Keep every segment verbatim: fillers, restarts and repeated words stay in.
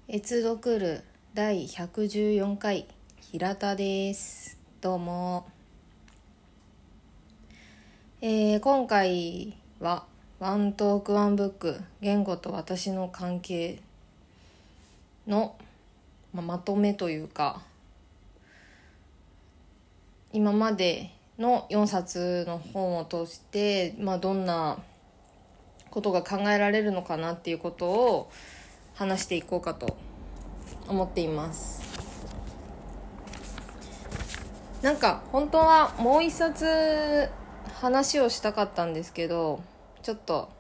越読るだいひゃくじゅうよんかい平田です。どうも、えー、今回はワントークワンブック言語と私の関係の、まあ、まとめというか、今までのよんさつの本を通して、まあ、どんなことが考えられるのかなっていうことを話していこうかと思っています。なんか本当はもう一冊話をしたかったんですけど、ちょっと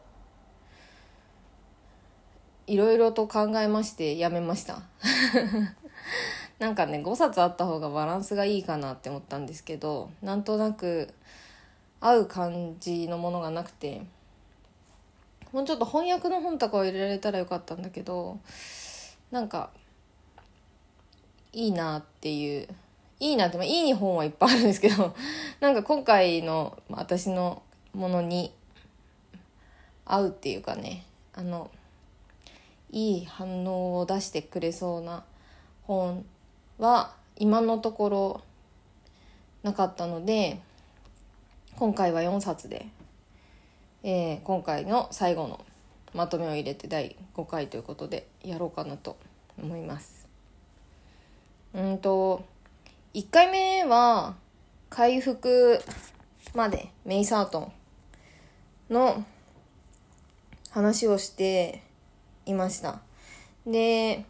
いろいろと考えましてやめましたなんかねごさつあった方がバランスがいいかなって思ったんですけど、なんとなく合う感じのものがなくて、もうちょっと翻訳の本とかを入れられたらよかったんだけど、なんかいいなっていういいなって、まあ、いい本はいっぱいあるんですけどなんか今回の私のものに合うっていうかね、あのいい反応を出してくれそうな本は今のところなかったので、今回はよんさつで、えー、今回の最後のまとめを入れてだいごかいということでやろうかなと思います。うんといっかいめは回復までメイサートンの話をしていました。で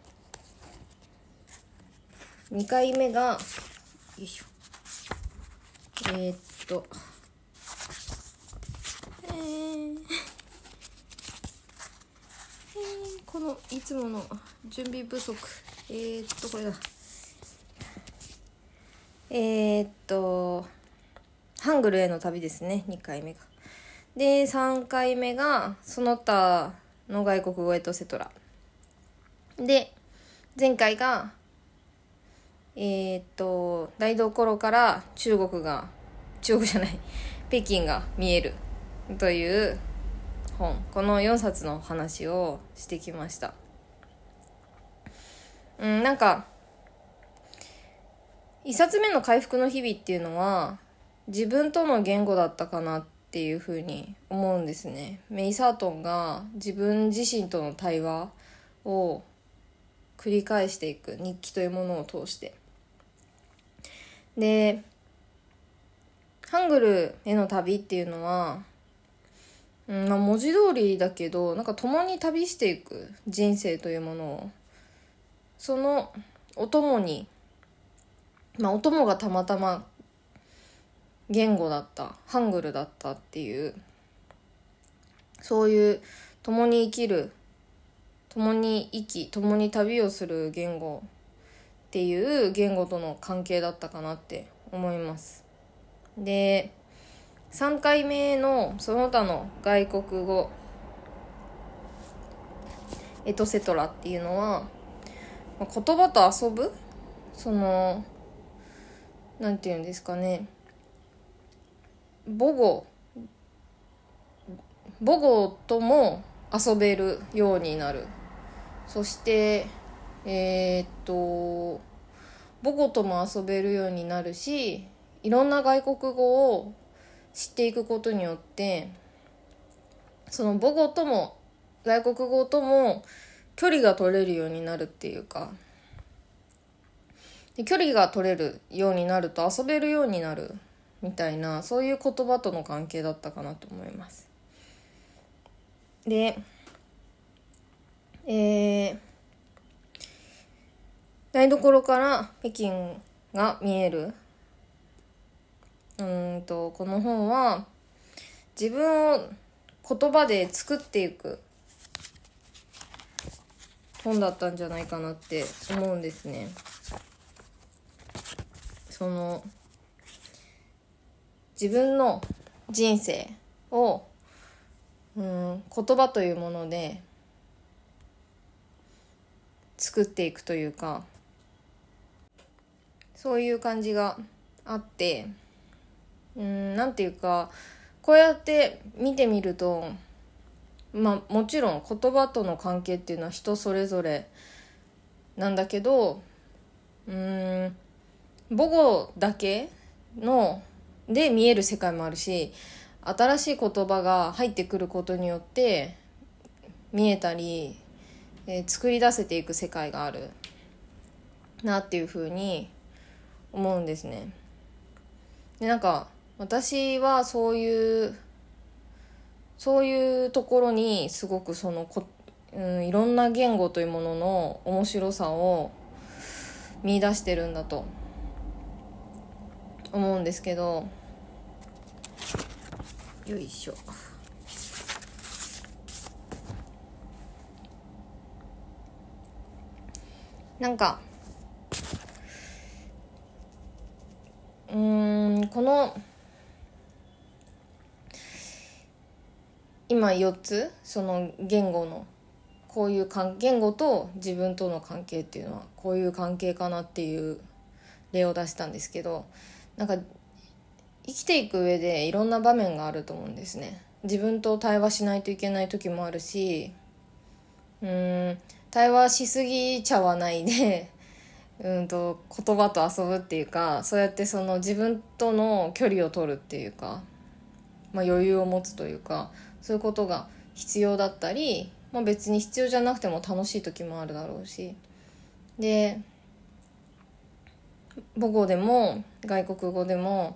にかいめがよいしょえー、っとえー、えー、このいつもの準備不足えー、っとこれだえー、っとハングルへの旅ですね。にかいめがでさんかいめがその他の外国語エトセトラで、前回がえー、っと台所から中国が中国じゃない北京が見えるという本、このよんさつの話をしてきました。うんなんかいっさつめの回復の日々っていうのは自分との言語だったかなっていうふうに思うんですね。メイサートンが自分自身との対話を繰り返していく日記というものを通して、でハングルへの旅っていうのは、うんまあ、文字通りだけどなんか共に旅していく人生というものを、そのお供にまあお供がたまたま言語だったハングルだったっていう、そういう共に生きる共に生き共に旅をする言語っていう言語との関係だったかなって思います。でさんかいめのその他の外国語エトセトラっていうのは、言葉と遊ぶ、そのなんていうんですかね、母語母語とも遊べるようになる。そしてえー、っと母語とも遊べるようになるし、いろんな外国語を知っていくことによってその母語とも外国語とも距離が取れるようになるっていうか、で距離が取れるようになると遊べるようになるみたいな、そういう言葉との関係だったかなと思います。でえー、台所から北京が見える、うーんとこの本は自分を言葉で作っていく本だったんじゃないかなって思うんですね。その自分の人生をうん言葉というもので作っていくというか、そういう感じがあって、うんなんていうか、こうやって見てみると、まあもちろん言葉との関係っていうのは人それぞれなんだけど、うーん母語だけので見える世界もあるし、新しい言葉が入ってくることによって見えたり、えー作り出せていく世界があるなっていうふうに思うんですね。でなんか私はそういうそういうところにすごくそのこ、うん、いろんな言語というものの面白さを見出してるんだと思うんですけど、よいしょ。なんかうーんこの今よっつその言語のこういう関言語と自分との関係っていうのはこういう関係かなっていう例を出したんですけど、なんか生きていく上でいろんな場面があると思うんですね。自分と対話しないといけない時もあるし、うーん対話しすぎちゃわないでうんと言葉と遊ぶっていうか、そうやってその自分との距離を取るっていうか、まあ、余裕を持つというか、そういうことが必要だったり、まあ、別に必要じゃなくても楽しい時もあるだろうし、で母語でも外国語でも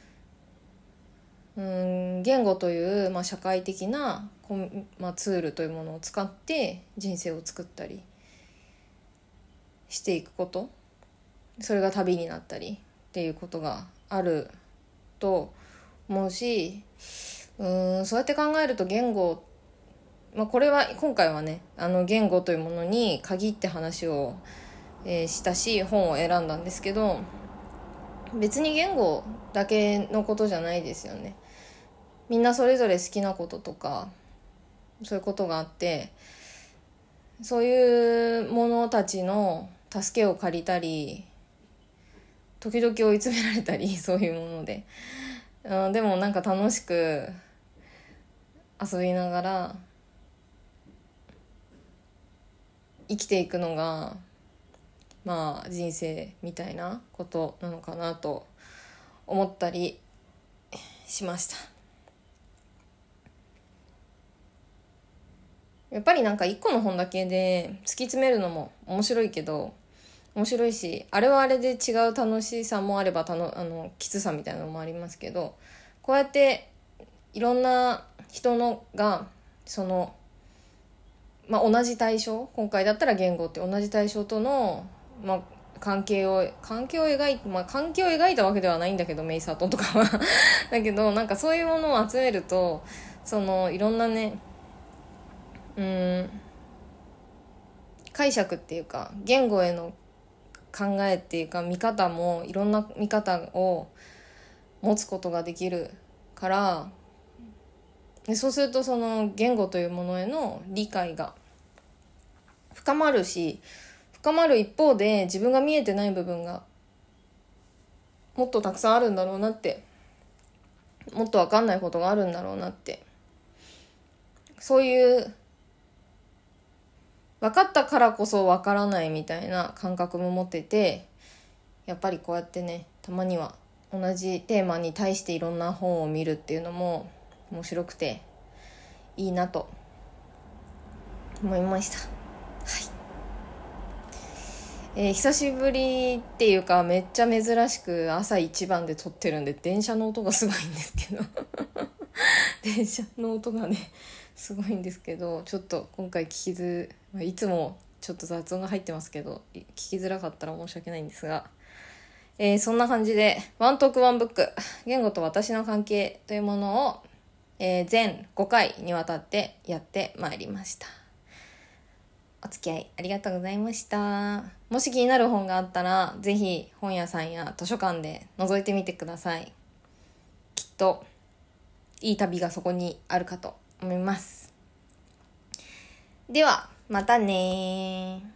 うん言語という、まあ、社会的な、まあ、ツールというものを使って人生を作ったりしていくこと、それが旅になったりっていうことがあると思うし、うーんそうやって考えると言語、まあ、これは今回はねあの言語というものに限って話を、えーしたし本を選んだんですけど、別に言語だけのことじゃないですよね。みんなそれぞれ好きなこととかそういうことがあって、そういう者たちの助けを借りたり時々追い詰められたりそういうもので、うん、でもなんか楽しく遊びながら生きていくのがまあ人生みたいなことなのかなと思ったりしました。やっぱりなんか一個の本だけで突き詰めるのも面白いけど面白いし、あれはあれで違う楽しさもあればたのあのきつさみたいなのもありますけど、こうやっていろんな人のがその、まあ、同じ対象、今回だったら言語って同じ対象との、まあ、関係を関係を描いて、まあ、関係を描いたわけではないんだけどメイサートンとかはだけどなんかそういうものを集めるとそのいろんなねうーん解釈っていうか言語への考えっていうか見方もいろんな見方を持つことができるから、でそうするとその言語というものへの理解が深まるし、深まる一方で自分が見えてない部分がもっとたくさんあるんだろうなって、もっと分かんないことがあるんだろうなって、そういう分かったからこそ分からないみたいな感覚も持ってて、やっぱりこうやってねたまには同じテーマに対していろんな本を見るっていうのも面白くていいなと思いました。はい、えー久しぶりっていうかめっちゃ珍しく朝一番で撮ってるんで電車の音がすごいんですけど電車の音がねすごいんですけど、ちょっと今回聞きづいつもちょっと雑音が入ってますけど聞きづらかったら申し訳ないんですが、えーそんな感じでワントークワンブック言語と私の関係というものを、えー全ごかいにわたってやってまいりました。お付き合いありがとうございました。もし気になる本があったらぜひ本屋さんや図書館で覗いてみてください。きっといい旅がそこにあるかと思います。ではまたね。